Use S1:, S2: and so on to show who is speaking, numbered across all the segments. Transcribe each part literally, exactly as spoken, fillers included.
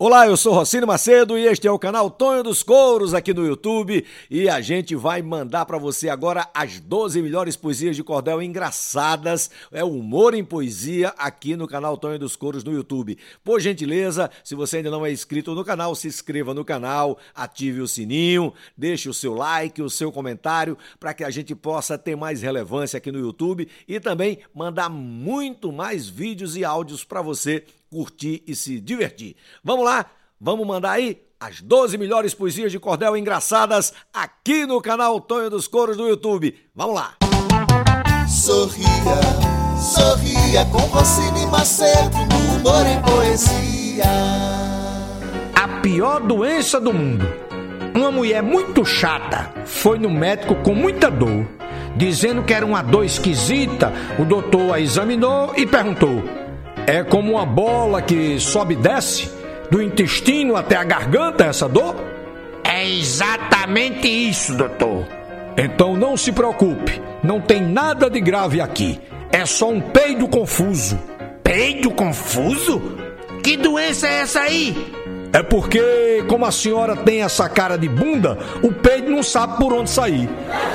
S1: Olá, eu sou Rocínio Macedo e este é o canal Tonho dos Couros aqui no YouTube e a gente vai mandar para você agora as doze melhores poesias de cordel engraçadas, é o humor em poesia aqui no canal Tonho dos Couros no YouTube. Por gentileza, se você ainda não é inscrito no canal, se inscreva no canal, ative o sininho, deixe o seu like, o seu comentário para que a gente possa ter mais relevância aqui no YouTube e também mandar muito mais vídeos e áudios para você curtir e se divertir. Vamos lá? Vamos mandar aí as doze melhores poesias de cordel engraçadas aqui no canal Tonho dos Couros do YouTube. Vamos lá!
S2: Sorria, sorria com Rocínio Macedo no humor em poesia.
S3: A pior doença do mundo. Uma mulher muito chata foi no médico com muita dor, dizendo que era uma dor esquisita. O doutor a examinou e perguntou: é como uma bola que sobe e desce, do intestino até a garganta essa dor?
S4: É exatamente isso, doutor.
S3: Então não se preocupe, não tem nada de grave aqui. É só um peido confuso.
S4: Peido confuso? Que doença é essa aí?
S3: É porque, como a senhora tem essa cara de bunda, o peido não sabe por onde sair.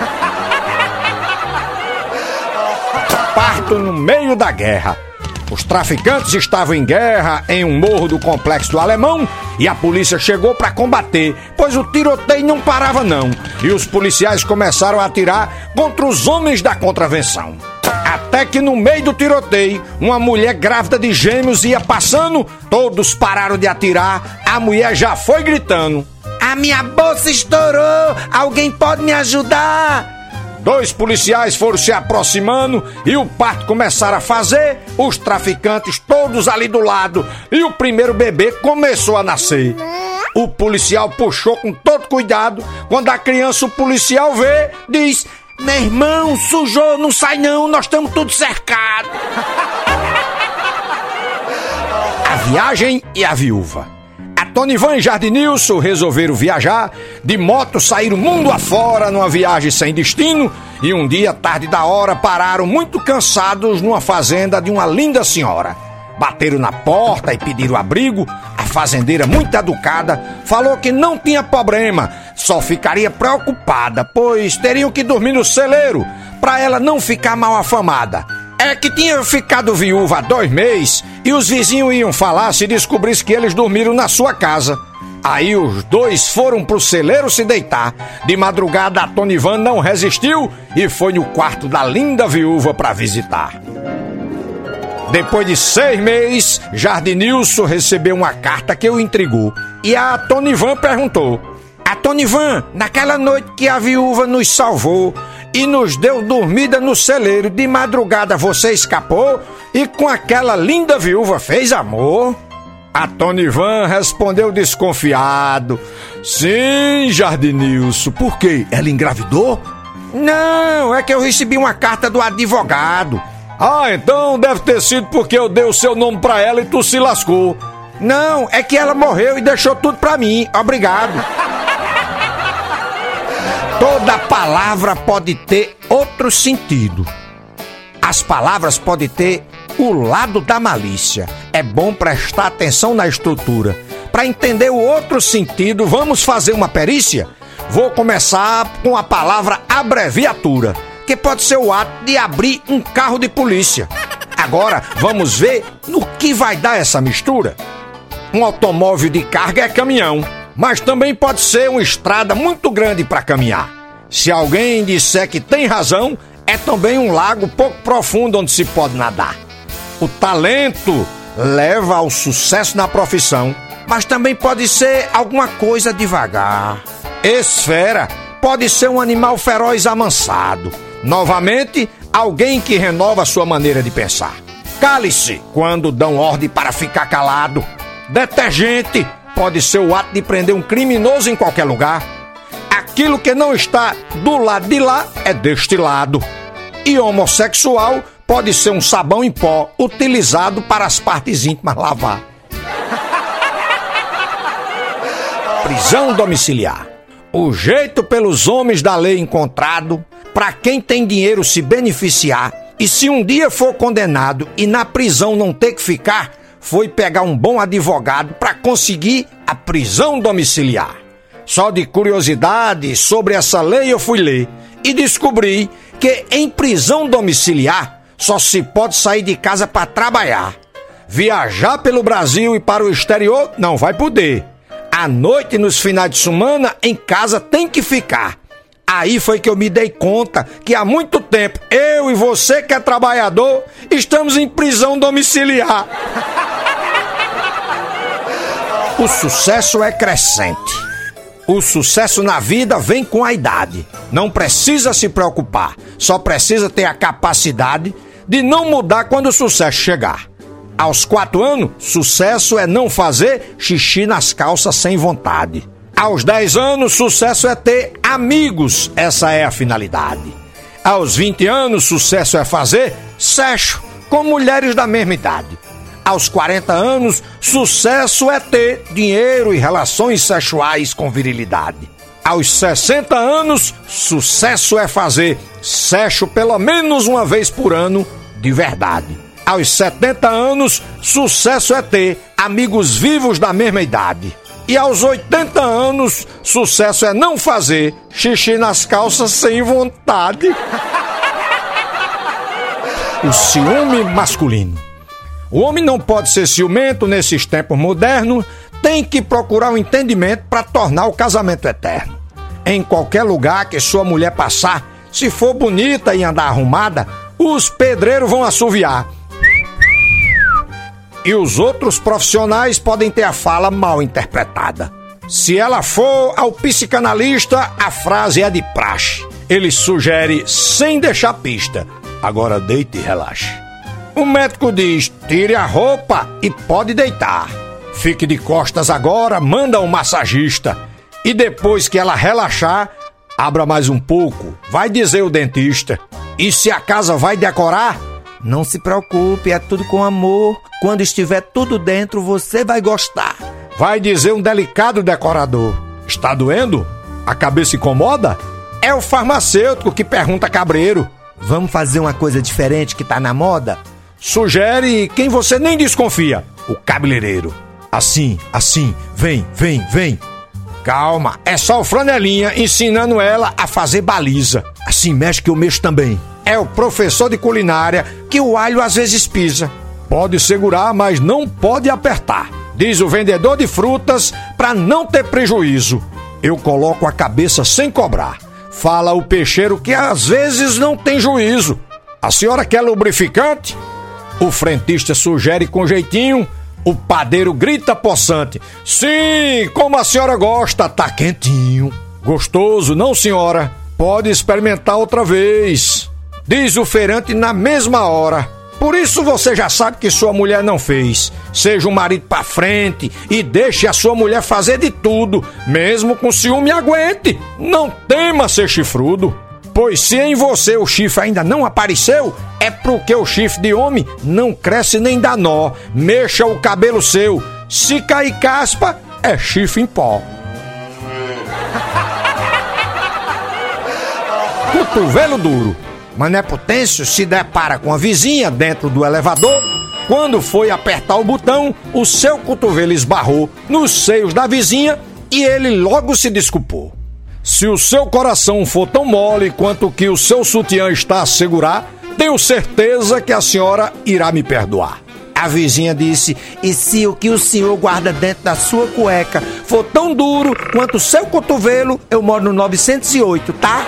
S3: Parto no meio da guerra. Os traficantes estavam em guerra em um morro do Complexo do Alemão e a polícia chegou para combater, pois o tiroteio não parava não. E os policiais começaram a atirar contra os homens da contravenção. Até que no meio do tiroteio, uma mulher grávida de gêmeos ia passando, todos pararam de atirar, a mulher já foi gritando:
S4: a minha bolsa estourou, alguém pode me ajudar?
S3: Dois policiais foram se aproximando e o parto começaram a fazer, os traficantes todos ali do lado, e o primeiro bebê começou a nascer. O policial puxou com todo cuidado, quando a criança o policial vê, diz:
S4: meu irmão, sujou, não sai não, nós estamos todos cercados.
S3: A viagem e a viúva. Tonivan e Jardinilson resolveram viajar, de moto saíram mundo afora numa viagem sem destino e um dia, tarde da hora, pararam muito cansados numa fazenda de uma linda senhora. Bateram na porta e pediram abrigo. A fazendeira, muito educada, falou que não tinha problema, só ficaria preocupada, pois teriam que dormir no celeiro para ela não ficar mal afamada. É que tinha ficado viúva há dois meses e os vizinhos iam falar se descobrisse que eles dormiram na sua casa. Aí os dois foram pro celeiro se deitar. De madrugada a Tonivan não resistiu e foi no quarto da linda viúva para visitar. Depois de seis meses, Jardinilson recebeu uma carta que o intrigou. E a Tonivan perguntou: a Tonivan, naquela noite que a viúva nos salvou e nos deu dormida no celeiro, de madrugada você escapou e com aquela linda viúva fez amor? A Tonivan respondeu desconfiado: sim, Jardinilson. Por quê? Ela engravidou? Não, é que eu recebi uma carta do advogado. Ah, então deve ter sido porque eu dei o seu nome pra ela e tu se lascou. Não, é que ela morreu e deixou tudo pra mim. Obrigado. Toda palavra pode ter outro sentido. As palavras podem ter o lado da malícia. É bom prestar atenção na estrutura. Para entender o outro sentido, vamos fazer uma perícia? Vou começar com a palavra abreviatura, que pode ser o ato de abrir um carro de polícia. Agora, vamos ver no que vai dar essa mistura. Um automóvel de carga é caminhão, mas também pode ser uma estrada muito grande para caminhar. Se alguém disser que tem razão, é também um lago pouco profundo onde se pode nadar. O talento leva ao sucesso na profissão, mas também pode ser alguma coisa devagar. Esfera pode ser um animal feroz amansado. Novamente, alguém que renova sua maneira de pensar. Cale-se quando dão ordem para ficar calado. Detergente pode ser o ato de prender um criminoso em qualquer lugar. Aquilo que não está do lado de lá é deste lado. E homossexual pode ser um sabão em pó utilizado para as partes íntimas lavar. Prisão domiciliar. O jeito pelos homens da lei encontrado para quem tem dinheiro se beneficiar e se um dia for condenado e na prisão não ter que ficar, foi pegar um bom advogado para conseguir a prisão domiciliar. Só de curiosidade sobre essa lei eu fui ler e descobri que em prisão domiciliar só se pode sair de casa para trabalhar. Viajar pelo Brasil e para o exterior não vai poder. À noite e nos finais de semana em casa tem que ficar. Aí foi que eu me dei conta que há muito tempo eu e você que é trabalhador estamos em prisão domiciliar. O sucesso é crescente. O sucesso na vida vem com a idade. Não precisa se preocupar. Só precisa ter a capacidade de não mudar quando o sucesso chegar. Aos quatro anos, sucesso é não fazer xixi nas calças sem vontade. Aos dez anos, sucesso é ter amigos. Essa é a finalidade. Aos vinte anos, sucesso é fazer sexo com mulheres da mesma idade. Aos quarenta anos, sucesso é ter dinheiro e relações sexuais com virilidade. Aos sessenta anos, sucesso é fazer sexo pelo menos uma vez por ano de verdade. Aos setenta anos, sucesso é ter amigos vivos da mesma idade. E aos oitenta anos, sucesso é não fazer xixi nas calças sem vontade. O ciúme masculino. O homem não pode ser ciumento nesses tempos modernos, tem que procurar um entendimento para tornar o casamento eterno. Em qualquer lugar que sua mulher passar, se for bonita e andar arrumada, os pedreiros vão assoviar. E os outros profissionais podem ter a fala mal interpretada. Se ela for ao psicanalista, a frase é de praxe. Ele sugere sem deixar pista. Agora deite e relaxe. O médico diz, tire a roupa e pode deitar. Fique de costas agora, manda um massagista. E depois que ela relaxar, abra mais um pouco, vai dizer o dentista. E se a casa vai decorar?
S4: Não se preocupe, é tudo com amor. Quando estiver tudo dentro, você vai gostar.
S3: Vai dizer um delicado decorador. Está doendo? A cabeça incomoda? É o farmacêutico que pergunta cabreiro.
S4: Vamos fazer uma coisa diferente que tá na moda?
S3: Sugere quem você nem desconfia. O cabeleireiro. Assim, assim, vem, vem, vem. Calma, é só o Franelinha ensinando ela a fazer baliza. Assim mexe que eu mexo também. É o professor de culinária que o alho às vezes pisa. Pode segurar, mas não pode apertar. Diz o vendedor de frutas para não ter prejuízo. Eu coloco a cabeça sem cobrar. Fala o peixeiro que às vezes não tem juízo. A senhora quer lubrificante? O frentista sugere com jeitinho. O padeiro grita possante. Sim, como a senhora gosta, tá quentinho. Gostoso, não senhora? Pode experimentar outra vez. Diz o feirante na mesma hora. Por isso você já sabe que sua mulher não fez. Seja um marido pra frente e deixe a sua mulher fazer de tudo, mesmo com ciúme aguente. Não tema ser chifrudo. Pois se em você o chifre ainda não apareceu, é porque o chifre de homem não cresce nem dá nó. Mexa o cabelo seu. Se cair caspa, é chifre em pó. Cotovelo duro. Mané Potêncio se depara com a vizinha dentro do elevador. Quando foi apertar o botão, o seu cotovelo esbarrou nos seios da vizinha e ele logo se desculpou. Se o seu coração for tão mole quanto que o seu sutiã está a segurar, tenho certeza que a senhora irá me perdoar.
S4: A vizinha disse, e se o que o senhor guarda dentro da sua cueca for tão duro quanto o seu cotovelo, eu moro no novecentos e oito, tá?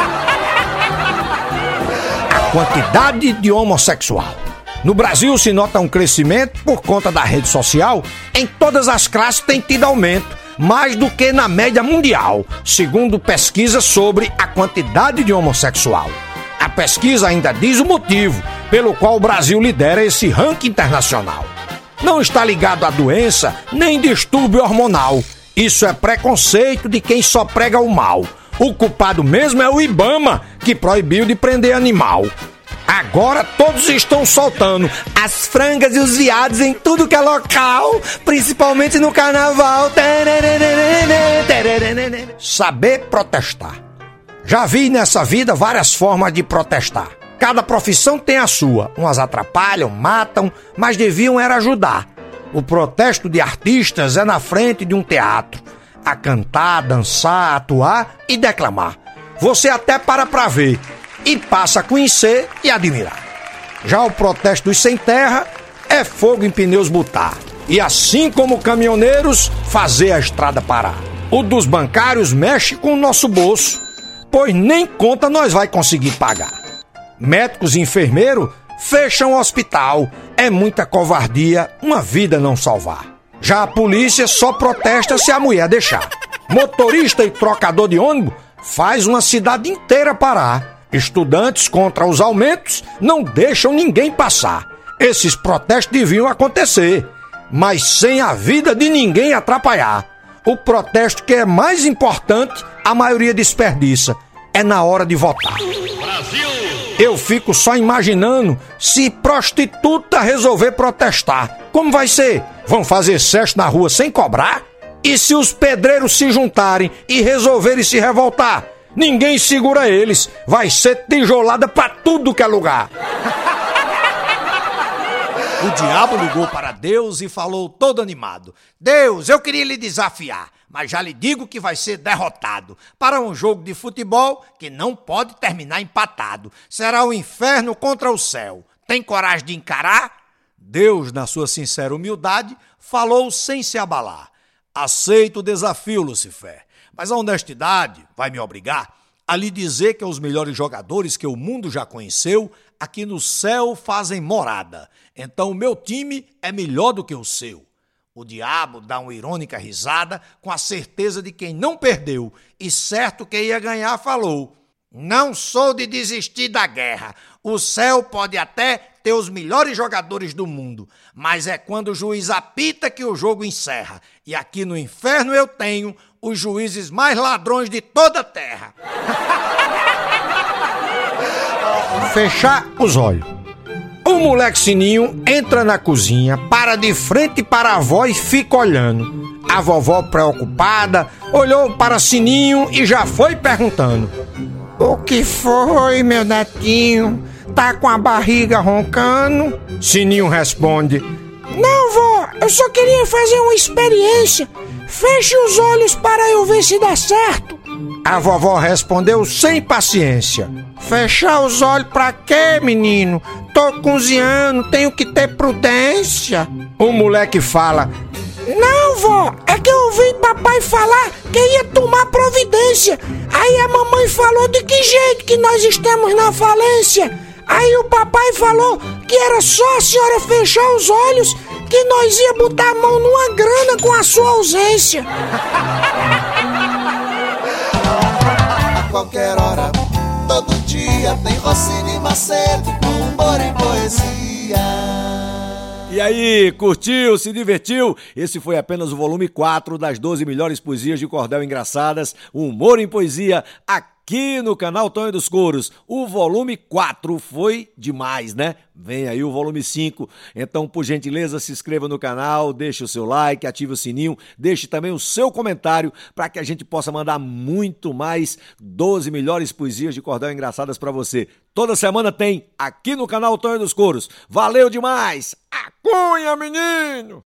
S3: Quantidade de homossexual. No Brasil se nota um crescimento por conta da rede social. Em todas as classes tem tido aumento, mais do que na média mundial, segundo pesquisa sobre a quantidade de homossexual. A pesquisa ainda diz o motivo pelo qual o Brasil lidera esse ranking internacional. Não está ligado à doença nem distúrbio hormonal. Isso é preconceito de quem só prega o mal. O culpado mesmo é o Ibama, que proibiu de prender animal. Agora todos estão soltando
S4: as frangas e os viados em tudo que é local, principalmente no carnaval.
S3: Saber protestar. Já vi nessa vida várias formas de protestar. Cada profissão tem a sua. Umas atrapalham, matam, mas deviam era ajudar. O protesto de artistas é na frente de um teatro, a cantar, dançar, atuar e declamar. Você até para pra ver e passa a conhecer e admirar. Já o protesto dos sem terra é fogo em pneus botar. E assim como caminhoneiros, fazer a estrada parar. O dos bancários mexe com o nosso bolso, pois nem conta nós vai conseguir pagar. Médicos e enfermeiros fecham o hospital. É muita covardia uma vida não salvar. Já a polícia só protesta se a mulher deixar. Motorista e trocador de ônibus faz uma cidade inteira parar. Estudantes contra os aumentos não deixam ninguém passar. Esses protestos deviam acontecer, mas sem a vida de ninguém atrapalhar. O protesto que é mais importante, a maioria desperdiça, é na hora de votar. Brasil! Eu fico só imaginando se prostituta resolver protestar. Como vai ser? Vão fazer sexo na rua sem cobrar? E se os pedreiros se juntarem e resolverem se revoltar? Ninguém segura eles. Vai ser tijolada pra tudo que é lugar.
S4: O diabo ligou para Deus e falou todo animado: Deus, eu queria lhe desafiar, mas já lhe digo que vai ser derrotado. Para um jogo de futebol que não pode terminar empatado. Será o inferno contra o céu. Tem coragem de encarar? Deus, na sua sincera humildade, falou sem se abalar: aceito o desafio, Lucifer, mas a honestidade vai me obrigar a lhe dizer que os melhores jogadores que o mundo já conheceu aqui no céu fazem morada. Então o meu time é melhor do que o seu. O diabo dá uma irônica risada com a certeza de quem não perdeu e certo que ia ganhar falou: não sou de desistir da guerra. O céu pode até ter os melhores jogadores do mundo, mas é quando o juiz apita que o jogo encerra. E aqui no inferno eu tenho os juízes mais ladrões de toda a terra.
S3: Fechar os olhos. O moleque Sininho entra na cozinha, para de frente para a avó e fica olhando. A vovó, preocupada, olhou para Sininho e já foi perguntando: o que foi, meu netinho? Tá com a barriga roncando? Sininho responde: não, vó, eu só queria fazer uma experiência. Feche os olhos para eu ver se dá certo. A vovó respondeu sem paciência: fechar os olhos pra quê, menino? Tô cozinhando, tenho que ter prudência. O moleque fala: não, vó, é que eu ouvi papai falar que ia tomar providência. Aí a mamãe falou de que jeito que nós estamos na falência. Aí o papai falou que era só a senhora fechar os olhos que nós ia botar a mão numa grana com a sua ausência.
S2: A qualquer hora, todo dia tem Rossini Macedo com humor em poesia.
S1: E aí, curtiu, se divertiu? Esse foi apenas o volume quatro das doze melhores poesias de cordel engraçadas, Humor em Poesia, aqui no canal Tonho dos Couros. O volume quatro foi demais, né? Vem aí o volume cinco. Então, por gentileza, se inscreva no canal, deixe o seu like, ative o sininho, deixe também o seu comentário para que a gente possa mandar muito mais doze melhores poesias de cordel engraçadas para você. Toda semana tem aqui no canal Tonho dos Couros. Valeu demais! Acunha, menino!